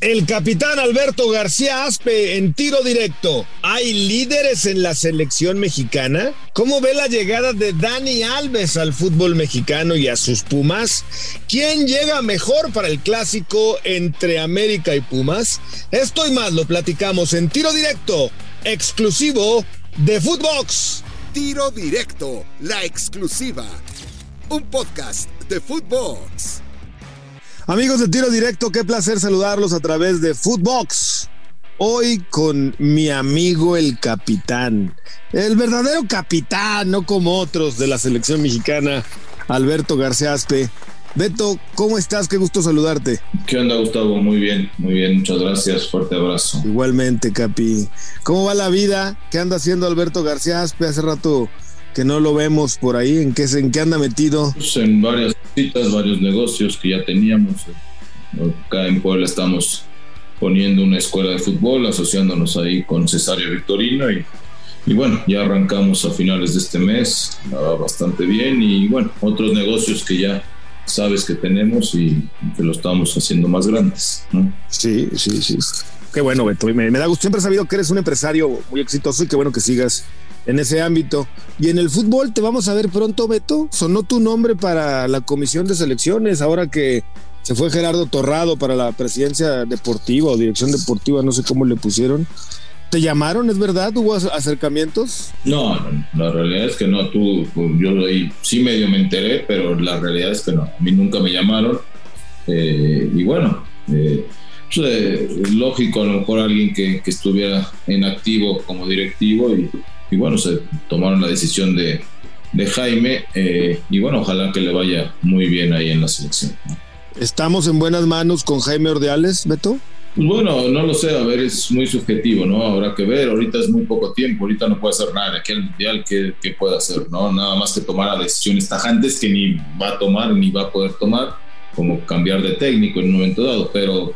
El capitán Alberto García Aspe en tiro directo. ¿Hay líderes en la selección mexicana? ¿Cómo ve la llegada de Dani Alves al fútbol mexicano y a sus Pumas? ¿Quién llega mejor para el clásico entre América y Pumas? Esto y más lo platicamos en tiro directo, exclusivo de Footbox. Tiro directo, la exclusiva. Un podcast de Footbox. Amigos de Tiro Directo, qué placer saludarlos a través de Footbox. Hoy con mi amigo el capitán, el verdadero capitán, no como otros de la selección mexicana, Alberto García Aspe. Beto, ¿cómo estás? Qué gusto saludarte. ¿Qué onda, Gustavo? Muy bien, muchas gracias, fuerte abrazo. Igualmente, Capi. ¿Cómo va la vida? ¿Qué anda haciendo Alberto García Aspe? Hace rato que no lo vemos por ahí. ¿En qué anda metido? Pues en varias citas, varios negocios que ya teníamos. Acá en Puebla estamos poniendo una escuela de fútbol, asociándonos ahí con Cesario Victorino y bueno, ya arrancamos a finales de este mes, va bastante bien y bueno, otros negocios que ya sabes que tenemos y que lo estamos haciendo más grandes, ¿no? Sí. Qué bueno, Beto. Me da gusto. Siempre he sabido que eres un empresario muy exitoso y qué bueno que sigas en ese ámbito. Y en el fútbol te vamos a ver pronto, Beto. Sonó tu nombre para la comisión de selecciones, ahora que se fue Gerardo Torrado para la presidencia deportiva o dirección deportiva, no sé cómo le pusieron. ¿Te llamaron, es verdad? ¿Hubo acercamientos? No, la realidad es que no. Yo ahí sí medio me enteré, pero la realidad es que no. A mí nunca me llamaron. Y bueno, es lógico, a lo mejor alguien que estuviera en activo como directivo y bueno, se tomaron la decisión de Jaime y bueno, ojalá que le vaya muy bien ahí en la selección, ¿no? ¿Estamos en buenas manos con Jaime Ordiales, Beto? Pues bueno, no lo sé, a ver, es muy subjetivo, ¿no? Habrá que ver, ahorita es muy poco tiempo, ahorita no puede hacer nada, aquí al Mundial, ¿qué puede hacer, no? Nada más que tomar decisiones tajantes que ni va a tomar, ni va a poder tomar, como cambiar de técnico en un momento dado, pero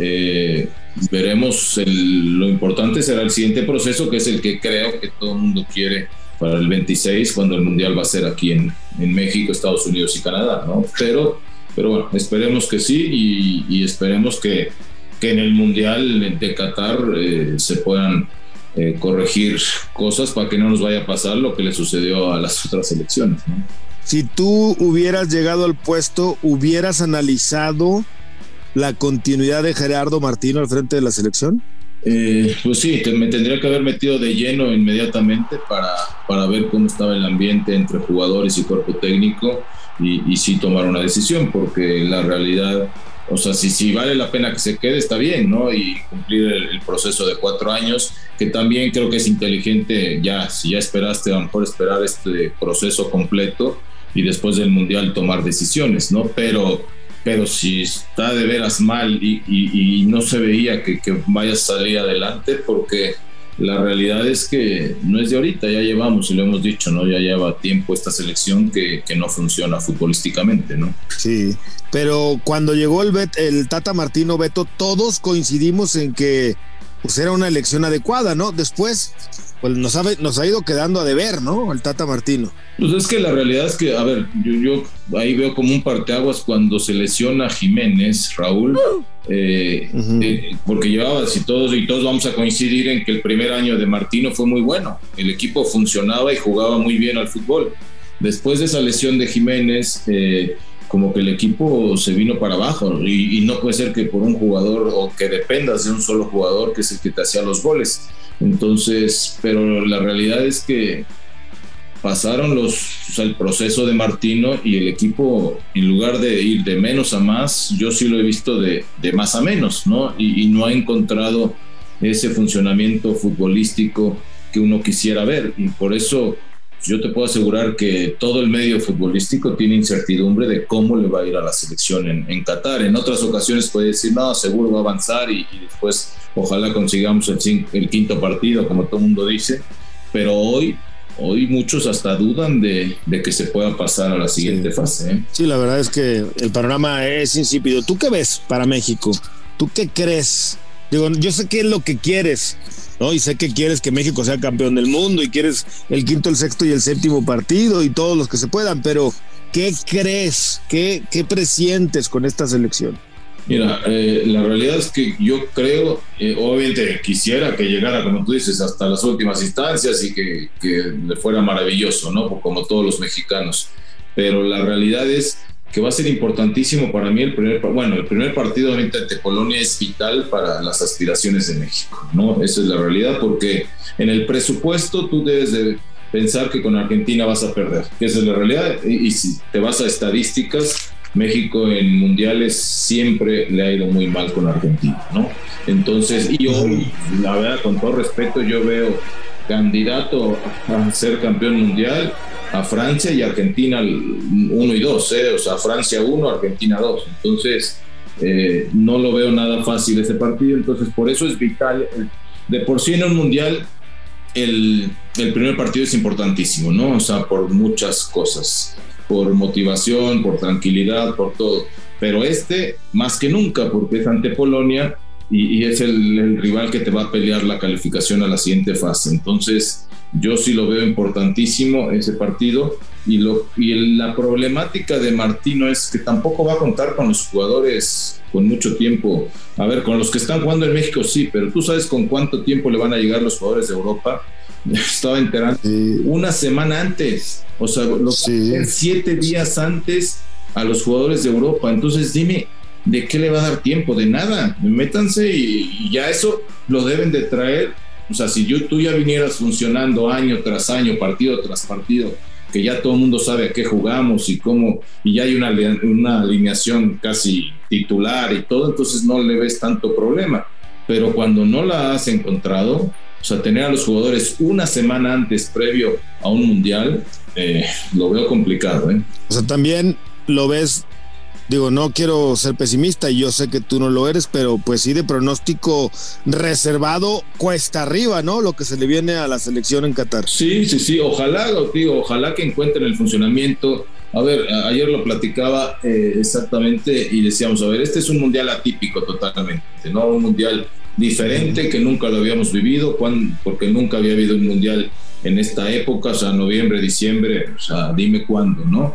veremos, lo importante será el siguiente proceso, que es el que creo que todo el mundo quiere para el 26, cuando el Mundial va a ser aquí en México, Estados Unidos y Canadá, ¿no? Pero bueno, esperemos que sí y esperemos que en el Mundial de Qatar se puedan corregir cosas para que no nos vaya a pasar lo que le sucedió a las otras selecciones, ¿no? Si tú hubieras llegado al puesto, ¿hubieras analizado la continuidad de Gerardo Martino al frente de la selección? Pues sí, me tendría que haber metido de lleno inmediatamente para ver cómo estaba el ambiente entre jugadores y cuerpo técnico y sí tomar una decisión, porque la realidad, o sea, si vale la pena que se quede, está bien, ¿no? Y cumplir el proceso de 4 años, que también creo que es inteligente, si ya esperaste, a lo mejor esperar este proceso completo y después del Mundial tomar decisiones, ¿no? Pero si está de veras mal y no se veía que vaya a salir adelante, porque la realidad es que no es de ahorita, ya llevamos, y lo hemos dicho, ¿no? Ya lleva tiempo esta selección que no funciona futbolísticamente, ¿no? Sí, pero cuando llegó el Tata Martino, Beto, todos coincidimos en que pues era una elección adecuada, ¿no? Después pues nos ha ido quedando a deber, ¿no? El Tata Martino. Pues es que la realidad es que, a ver, yo ahí veo como un parteaguas cuando se lesiona Jiménez, Raúl, porque llevaba, y todos vamos a coincidir en que el primer año de Martino fue muy bueno, el equipo funcionaba y jugaba muy bien al fútbol. Después de esa lesión de Jiménez, como que el equipo se vino para abajo y no puede ser que por un jugador o que dependas de un solo jugador que es el que te hacía los goles. Entonces, pero la realidad es que pasaron el proceso de Martino y el equipo, en lugar de ir de menos a más, yo sí lo he visto de más a menos, ¿no? Y no ha encontrado ese funcionamiento futbolístico que uno quisiera ver, y por eso yo te puedo asegurar que todo el medio futbolístico tiene incertidumbre de cómo le va a ir a la selección en Qatar. En otras ocasiones puede decir, no, seguro va a avanzar y después ojalá consigamos el quinto partido, como todo el mundo dice, pero hoy muchos hasta dudan de que se pueda pasar a la siguiente fase, ¿eh? Sí, la verdad es que el panorama es insípido. ¿Tú qué ves para México? ¿Tú qué crees? Digo, yo sé qué es lo que quieres, ¿no? Y sé que quieres que México sea campeón del mundo y quieres el quinto, el sexto y el séptimo partido y todos los que se puedan, pero ¿qué crees? ¿Qué presientes con esta selección? Mira, la realidad es que yo creo, obviamente quisiera que llegara, como tú dices, hasta las últimas instancias y que le fuera maravilloso, ¿no? Como todos los mexicanos. Pero la realidad es que va a ser importantísimo para mí el primer partido obviamente ante Polonia es vital para las aspiraciones de México, ¿no? Esa es la realidad, porque en el presupuesto tú debes de pensar que con Argentina vas a perder, que esa es la realidad, y si te vas a estadísticas, México en mundiales siempre le ha ido muy mal con Argentina, ¿no? Entonces, y hoy, la verdad, con todo respeto, yo veo candidato a ser campeón mundial a Francia y Argentina 1 y 2, o sea, Francia 1, Argentina 2. Entonces, no lo veo nada fácil ese partido, entonces por eso es vital. De por sí en un mundial, el primer partido es importantísimo, ¿no? O sea, por muchas cosas, por motivación, por tranquilidad, por todo. Pero más que nunca, porque es ante Polonia y es el rival que te va a pelear la calificación a la siguiente fase. Entonces, yo sí lo veo importantísimo ese partido. Y la problemática de Martino es que tampoco va a contar con los jugadores con mucho tiempo. A ver, con los que están jugando en México sí, pero tú sabes con cuánto tiempo le van a llegar los jugadores de Europa. Estaba enterando una semana antes, o sea, 7 días antes a los jugadores de Europa. Entonces dime, ¿de qué le va a dar tiempo? De nada, métanse y ya eso lo deben de traer. O sea, si tú ya vinieras funcionando año tras año, partido tras partido, que ya todo el mundo sabe a qué jugamos y cómo, y ya hay una alineación casi titular y todo, entonces no le ves tanto problema. Pero cuando no la has encontrado, o sea, tener a los jugadores una semana antes previo a un mundial, lo veo complicado, ¿eh? O sea, también lo ves, digo, no quiero ser pesimista y yo sé que tú no lo eres, pero pues sí, de pronóstico reservado, cuesta arriba, ¿no? Lo que se le viene a la selección en Qatar. Sí, ojalá que encuentren el funcionamiento. A ver, ayer lo platicaba exactamente y decíamos, a ver, este es un mundial atípico totalmente, ¿no? Un mundial diferente que nunca lo habíamos vivido, porque nunca había habido un mundial en esta época, o sea, noviembre, diciembre, o sea, dime cuándo, ¿no?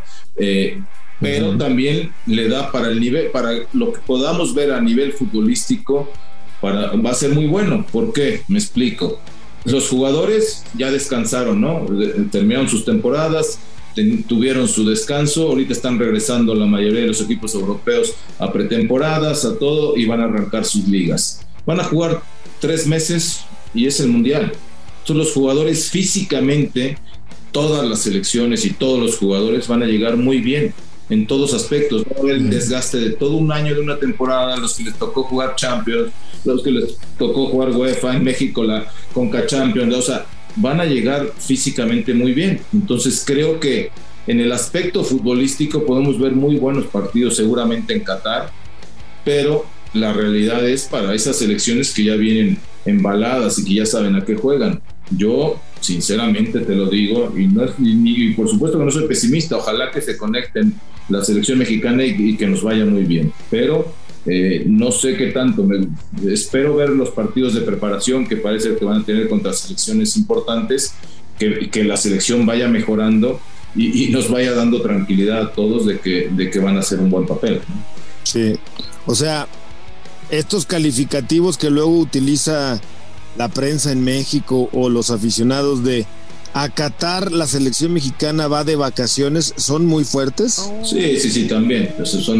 Pero también le da para el nivel, para lo que podamos ver a nivel futbolístico, va a ser muy bueno. ¿Por qué? Me explico. Los jugadores ya descansaron, ¿no? Terminaron sus temporadas, tuvieron su descanso, ahorita están regresando la mayoría de los equipos europeos a pretemporadas, a todo, y van a arrancar sus ligas. Van a jugar 3 meses y es el mundial. Entonces los jugadores físicamente, todas las selecciones y todos los jugadores van a llegar muy bien en todos aspectos. Va a haber el desgaste de todo un año de una temporada, los que les tocó jugar Champions, los que les tocó jugar UEFA, en México la Conca Champions, o sea, van a llegar físicamente muy bien. Entonces creo que en el aspecto futbolístico podemos ver muy buenos partidos seguramente en Qatar, pero la realidad es para esas selecciones que ya vienen embaladas y que ya saben a qué juegan. Yo sinceramente te lo digo, y por supuesto que no soy pesimista, ojalá que se conecten la selección mexicana y que nos vaya muy bien, pero no sé qué tanto. Espero ver los partidos de preparación que parece que van a tener contra selecciones importantes, que la selección vaya mejorando y nos vaya dando tranquilidad a todos de que van a hacer un buen papel, ¿no? Sí, o sea, estos calificativos que luego utiliza la prensa en México o los aficionados de a Qatar la selección mexicana va de vacaciones, ¿son muy fuertes? Sí, también.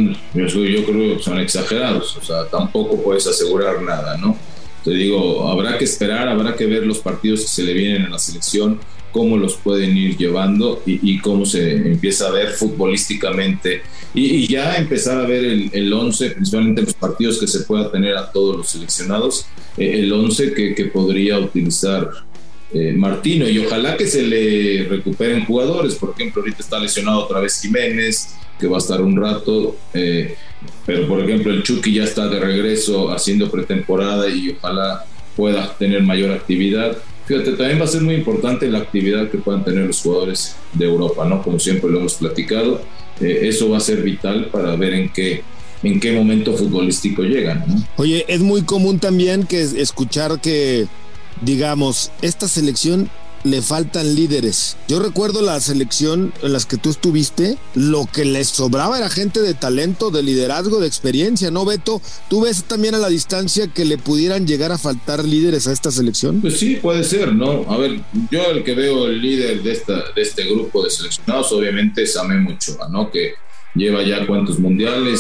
Yo creo que son exagerados, o sea, tampoco puedes asegurar nada, ¿no? Te digo, habrá que esperar, habrá que ver los partidos que se le vienen a la selección, cómo los pueden ir llevando y cómo se empieza a ver futbolísticamente y ya empezar a ver el 11, principalmente los partidos que se pueda tener a todos los seleccionados, el 11 que podría utilizar Martino, y ojalá que se le recuperen jugadores. Por ejemplo, ahorita está lesionado otra vez Jiménez, que va a estar un rato, pero por ejemplo el Chucky ya está de regreso haciendo pretemporada y ojalá pueda tener mayor actividad. Fíjate, también va a ser muy importante la actividad que puedan tener los jugadores de Europa, ¿no? Como siempre lo hemos platicado, eso va a ser vital para ver en qué momento futbolístico llegan, ¿no? Oye, es muy común también que escuchar que, digamos, esta selección le faltan líderes. Yo recuerdo la selección en las que tú estuviste, lo que les sobraba era gente de talento, de liderazgo, de experiencia, ¿no, Beto? ¿Tú ves también a la distancia que le pudieran llegar a faltar líderes a esta selección? Pues sí, puede ser, ¿no? A ver, yo el que veo el líder de este grupo de seleccionados obviamente es Memo Ochoa, ¿no? Que lleva ya cuantos mundiales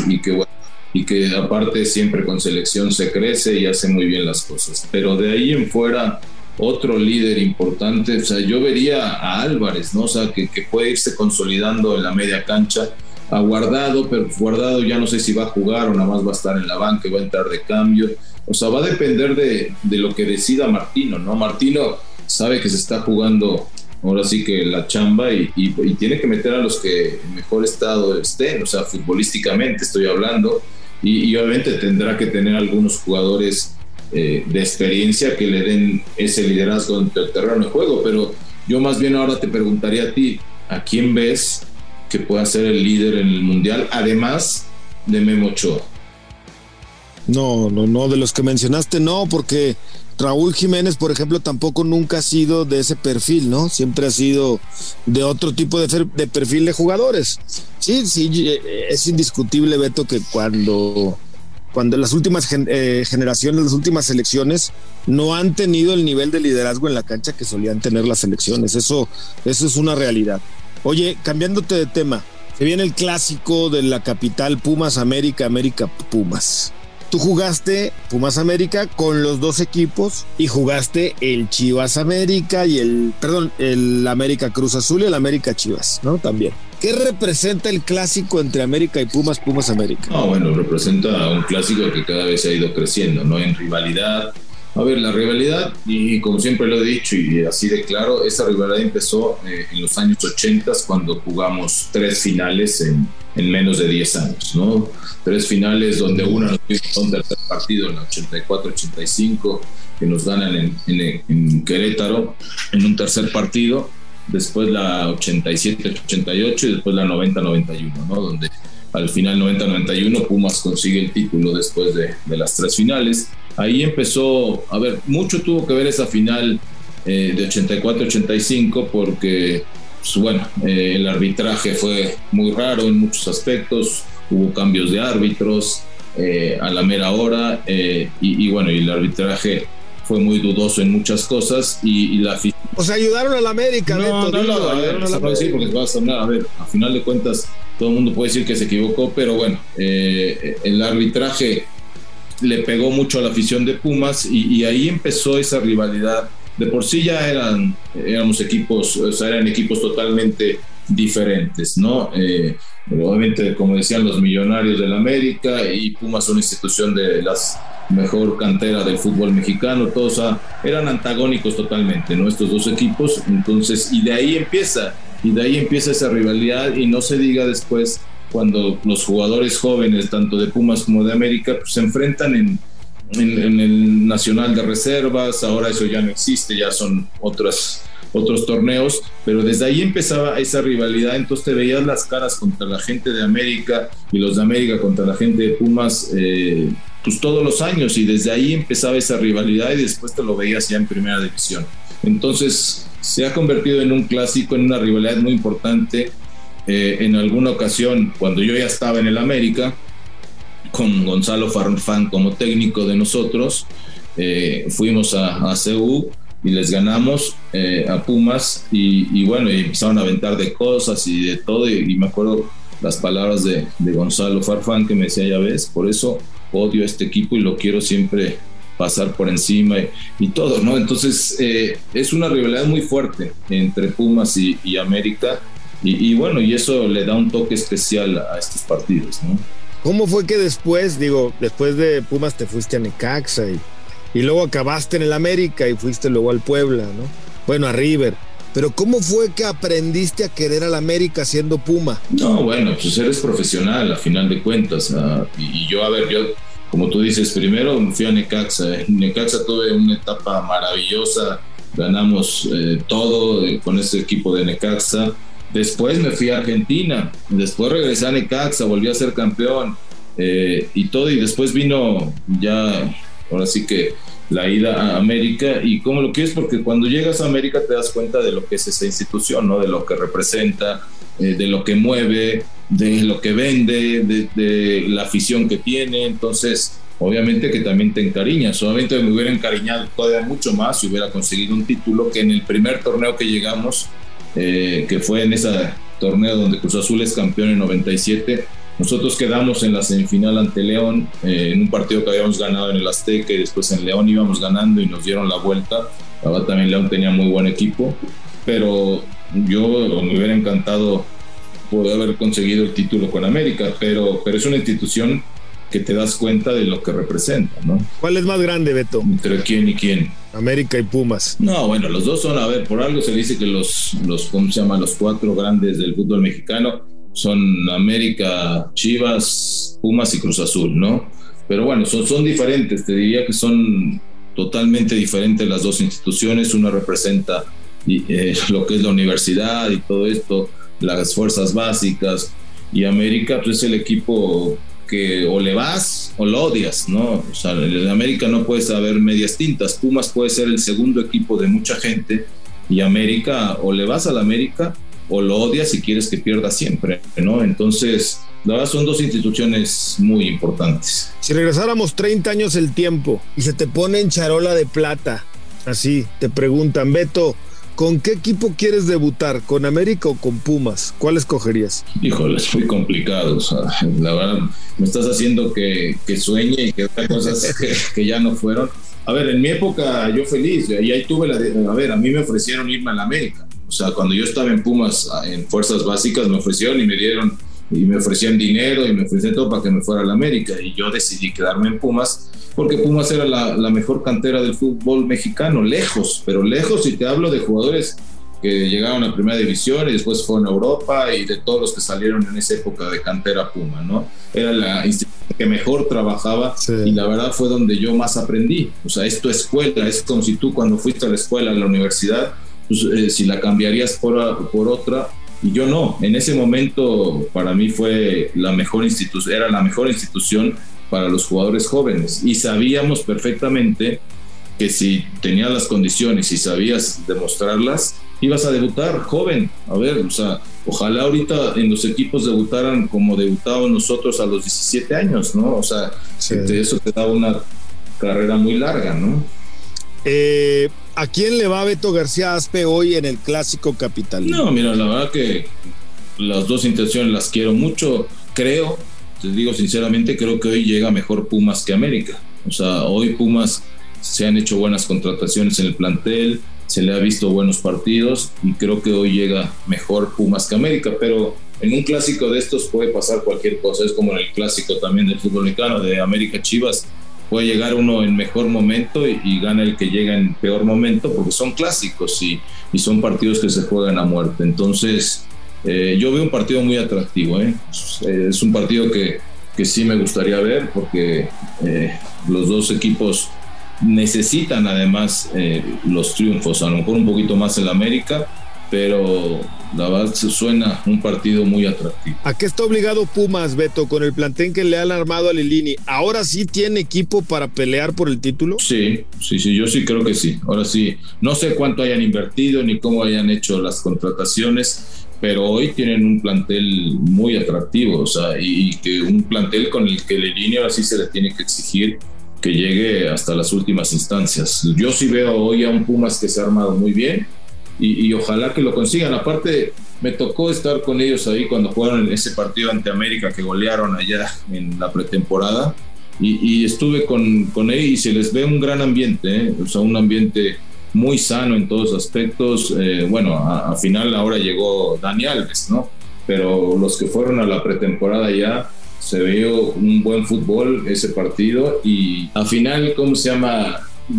y que aparte siempre con selección se crece y hace muy bien las cosas. Pero de ahí en fuera, otro líder importante, o sea, yo vería a Álvarez, ¿no? O sea, que puede irse consolidando en la media cancha, a Guardado, pero Guardado ya no sé si va a jugar o nada más va a estar en la banca y va a entrar de cambio. O sea, va a depender de lo que decida Martino, ¿no? Martino sabe que se está jugando ahora sí que la chamba y tiene que meter a los que en mejor estado estén, o sea, futbolísticamente estoy hablando, y obviamente tendrá que tener algunos jugadores de experiencia que le den ese liderazgo en el terreno de juego. Pero yo más bien ahora te preguntaría a ti, ¿a quién ves que pueda ser el líder en el Mundial, además de Memo Ochoa? No, de los que mencionaste no, porque Raúl Jiménez, por ejemplo, tampoco nunca ha sido de ese perfil, ¿no? Siempre ha sido de otro tipo de perfil de jugadores. Sí, es indiscutible, Beto, que cuando las últimas generaciones, las últimas selecciones no han tenido el nivel de liderazgo en la cancha que solían tener las selecciones. Eso es una realidad. Oye, cambiándote de tema, se viene el clásico de la capital, Pumas América, América Pumas. Tú jugaste Pumas América con los dos equipos y jugaste el Chivas América y el América Cruz Azul y el América Chivas, ¿no? También. ¿Qué representa el clásico entre América y Pumas América? Bueno, representa un clásico que cada vez ha ido creciendo, ¿no? En rivalidad. A ver, la rivalidad, y como siempre lo he dicho y así de claro, esa rivalidad empezó en los años 80 cuando jugamos 3 finales en menos de 10 años, ¿no? 3 finales donde una nos hizo un tercer partido en la 84-85 que nos ganan en Querétaro en un tercer partido, después la 87-88 y después la 90-91, ¿no? Donde al final 90-91 Pumas consigue el título después de las 3 finales. Ahí empezó, a ver, mucho tuvo que ver esa final de 84-85 porque, pues bueno, el arbitraje fue muy raro en muchos aspectos, hubo cambios de árbitros a la mera hora y bueno, y el arbitraje fue muy dudoso en muchas cosas y la afición... O sea, ayudaron a la América, Beto. Sí, porque va a sonar, a ver, a final de cuentas todo el mundo puede decir que se equivocó, pero bueno, el arbitraje le pegó mucho a la afición de Pumas y ahí empezó esa rivalidad. De por sí ya éramos equipos, o sea, eran equipos totalmente diferentes, ¿no? Obviamente, como decían los millonarios del América y Pumas, una institución de las mejor cantera del fútbol mexicano, todos eran antagónicos totalmente, ¿no? Estos dos equipos, entonces, y de ahí empieza esa rivalidad y no se diga después cuando los jugadores jóvenes, tanto de Pumas como de América, pues, se enfrentan en el Nacional de Reservas. Ahora eso ya no existe, ya son otros torneos, pero desde ahí empezaba esa rivalidad. Entonces te veías las caras contra la gente de América y los de América contra la gente de Pumas pues todos los años, y desde ahí empezaba esa rivalidad y después te lo veías ya en primera división. Entonces se ha convertido en un clásico, en una rivalidad muy importante. En alguna ocasión, cuando yo ya estaba en el América, con Gonzalo Farfán como técnico de nosotros, fuimos a CU y les ganamos a Pumas y bueno, y empezaron a aventar de cosas y de todo, y me acuerdo las palabras de Gonzalo Farfán que me decía: ya ves, por eso odio a este equipo y lo quiero siempre pasar por encima y todo, ¿no? Entonces es una rivalidad muy fuerte entre Pumas y América y bueno, y eso le da un toque especial a estos partidos, ¿no? ¿Cómo fue que después de Pumas te fuiste a Necaxa y luego acabaste en el América y fuiste luego al Puebla, ¿no? Bueno, a River. Pero ¿cómo fue que aprendiste a querer al América siendo Puma? No, bueno, pues eres profesional a final de cuentas. Y yo, como tú dices, primero fui a Necaxa. En Necaxa tuve una etapa maravillosa, ganamos todo con ese equipo de Necaxa. Después me fui a Argentina, después regresé a Necaxa, volví a ser campeón y todo, y después vino ya, Ahora sí que la ida a América, y cómo lo quieres, porque cuando llegas a América te das cuenta de lo que es esa institución, ¿no? De lo que representa, de lo que mueve, de lo que vende, de la afición que tiene. Entonces obviamente que también te encariñas. Solamente me hubiera encariñado todavía mucho más si hubiera conseguido un título, que en el primer torneo que llegamos, que fue en ese torneo donde Cruz Azul es campeón en 97, nosotros quedamos en la semifinal ante León, en un partido que habíamos ganado en el Azteca, y después en León íbamos ganando y nos dieron la vuelta. La verdad, también León tenía muy buen equipo, pero yo me hubiera encantado poder haber conseguido el título con América, pero es una institución que te das cuenta de lo que representa, ¿no? ¿Cuál es más grande, Beto? ¿Entre quién y quién? América y Pumas. No, bueno, los dos son, a ver, por algo se dice que los ¿cómo se llama? Los cuatro grandes del fútbol mexicano son América, Chivas, Pumas y Cruz Azul, ¿no? Pero bueno, son diferentes, te diría que son totalmente diferentes las dos instituciones. Una representa lo que es la universidad y todo esto, las fuerzas básicas, y América pues es el equipo que o le vas o lo odias, ¿no? O sea, en América no puedes haber medias tintas. Pumas puede ser el segundo equipo de mucha gente, y América, o le vas a la América o lo odias si quieres que pierda siempre, ¿no? Entonces, la verdad son dos instituciones muy importantes. Si regresáramos 30 años el tiempo y se te pone en charola de plata, así, te preguntan, Beto, ¿con qué equipo quieres debutar? ¿Con América o con Pumas? ¿Cuál escogerías? Híjole, es muy complicado. O sea, la verdad, me estás haciendo que sueñe y que vea cosas que ya no fueron. A ver, en mi época yo feliz, y ahí tuve a mí me ofrecieron irme a la América. O sea, cuando yo estaba en Pumas, en fuerzas básicas, me ofrecieron y me ofrecían dinero y me ofrecían todo para que me fuera a la América, y yo decidí quedarme en Pumas porque Pumas era la mejor cantera del fútbol mexicano, lejos, pero lejos, y te hablo de jugadores que llegaron a primera división y después fueron a Europa, y de todos los que salieron en esa época de cantera Puma, ¿no? Era la institución que mejor trabajaba, sí. Y la verdad fue donde yo más aprendí. O sea, es tu escuela, es como si tú cuando fuiste a la escuela, a la universidad, pues, si la cambiarías por otra, y yo no. En ese momento para mí fue la mejor institución, era la mejor institución para los jugadores jóvenes, y sabíamos perfectamente que si tenías las condiciones y sabías demostrarlas, ibas a debutar joven. A ver, o sea, ojalá ahorita en los equipos debutaran como debutábamos nosotros a los 17 años, ¿no? O sea, sí. Eso te da una carrera muy larga, ¿no? ¿A quién le va Beto García Aspe hoy en el Clásico Capitalino? No, mira, la verdad que las dos intenciones las quiero mucho. Creo, te digo sinceramente, creo que hoy llega mejor Pumas que América. O sea, hoy Pumas se han hecho buenas contrataciones en el plantel, se le ha visto buenos partidos, y creo que hoy llega mejor Pumas que América. Pero en un clásico de estos puede pasar cualquier cosa. Es como en el clásico también del fútbol mexicano, de América Chivas. Puede llegar uno en mejor momento y gana el que llega en peor momento, porque son clásicos y son partidos que se juegan a muerte. Entonces yo veo un partido muy atractivo, ¿eh? Es un partido que sí me gustaría ver, porque los dos equipos necesitan además los triunfos, a lo mejor un poquito más en la América, pero la verdad se suena un partido muy atractivo. ¿A qué está obligado Pumas, Beto, con el plantel que le han armado a Lilini? ¿Ahora sí tiene equipo para pelear por el título? Sí, yo sí creo que sí. Ahora sí, no sé cuánto hayan invertido ni cómo hayan hecho las contrataciones, pero hoy tienen un plantel muy atractivo, o sea, y que un plantel con el que Lilini ahora sí se le tiene que exigir que llegue hasta las últimas instancias. Yo sí veo hoy a un Pumas que se ha armado muy bien, y ojalá que lo consigan. Aparte, me tocó estar con ellos ahí cuando jugaron en ese partido ante América que golearon allá en la pretemporada, y estuve con ellos, y se les ve un gran ambiente, o sea, un ambiente muy sano en todos aspectos. Bueno, a final ahora llegó Dani Alves, ¿no? Pero los que fueron a la pretemporada ya, se vio un buen fútbol ese partido, y a final, ¿cómo se llama?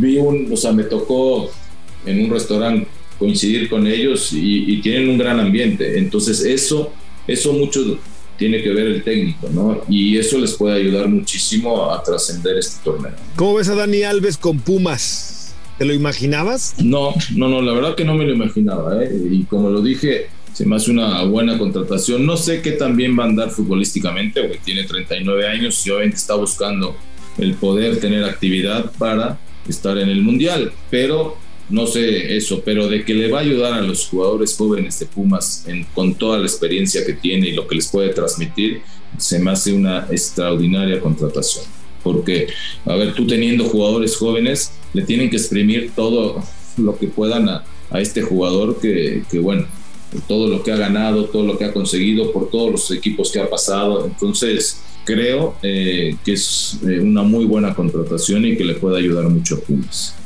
Me tocó en un restaurante coincidir con ellos, y tienen un gran ambiente. Entonces eso mucho tiene que ver el técnico, ¿no? Y eso les puede ayudar muchísimo a trascender este torneo. ¿Cómo ves a Dani Alves con Pumas? ¿Te lo imaginabas? No, la verdad que no me lo imaginaba, y como lo dije, se me hace una buena contratación. No sé qué tan bien va a andar futbolísticamente, porque tiene 39 años y obviamente está buscando el poder tener actividad para estar en el Mundial, pero no sé eso, pero de que le va a ayudar a los jugadores jóvenes de Pumas con toda la experiencia que tiene y lo que les puede transmitir, se me hace una extraordinaria contratación. Porque, a ver, tú teniendo jugadores jóvenes, le tienen que exprimir todo lo que puedan a este jugador que bueno, todo lo que ha ganado, todo lo que ha conseguido por todos los equipos que ha pasado. Entonces creo que es una muy buena contratación y que le puede ayudar mucho a Pumas.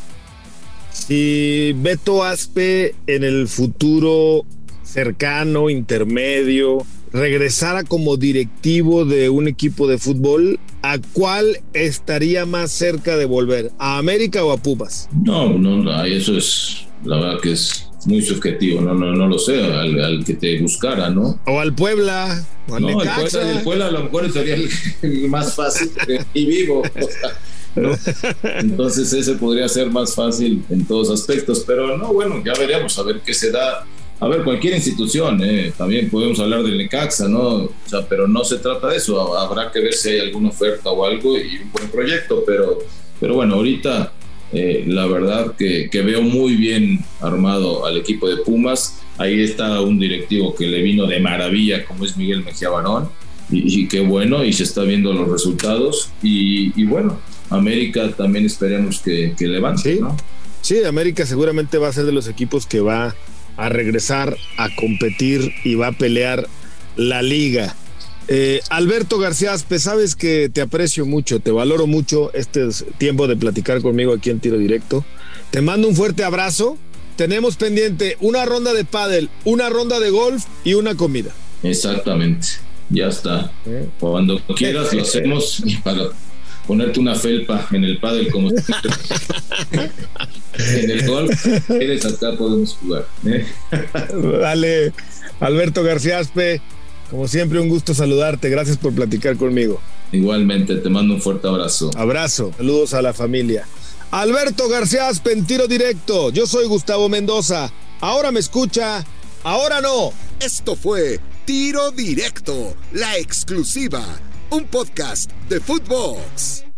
Si Beto Aspe en el futuro cercano, intermedio, regresara como directivo de un equipo de fútbol, ¿a cuál estaría más cerca de volver? ¿A América o a Pumas? No, eso es, la verdad que es muy subjetivo, no lo sé, al que te buscara, ¿no? O al Puebla, o al Necaxa. El Puebla a lo mejor sería el más fácil y vivo, ¿no? Entonces ese podría ser más fácil en todos aspectos, pero no, bueno, ya veremos a ver qué se da. A ver, cualquier institución, también podemos hablar del Necaxa, ¿no? O sea, pero no se trata de eso, habrá que ver si hay alguna oferta o algo y un buen proyecto, pero bueno, ahorita la verdad que veo muy bien armado al equipo de Pumas. Ahí está un directivo que le vino de maravilla, como es Miguel Mejía Barón, y qué bueno, y se está viendo los resultados, y bueno, América también esperemos que levante, ¿sí? ¿no? Sí, América seguramente va a ser de los equipos que va a regresar a competir y va a pelear la liga. Alberto García Aspe, sabes que te aprecio mucho, te valoro mucho este tiempo de platicar conmigo aquí en Tiro Directo. Te mando un fuerte abrazo. Tenemos pendiente una ronda de pádel, una ronda de golf y una comida. Exactamente, ya está. Cuando quieras lo hacemos para ponerte una felpa en el pádel como en el golf. Eres acá, podemos jugar. Dale, Alberto García Aspe, como siempre un gusto saludarte, gracias por platicar conmigo. Igualmente, te mando un fuerte abrazo. Abrazo, saludos a la familia. Alberto García Aspe en Tiro Directo, yo soy Gustavo Mendoza, ahora me escucha, ahora no. Esto fue Tiro Directo, la exclusiva, un podcast de Footbox.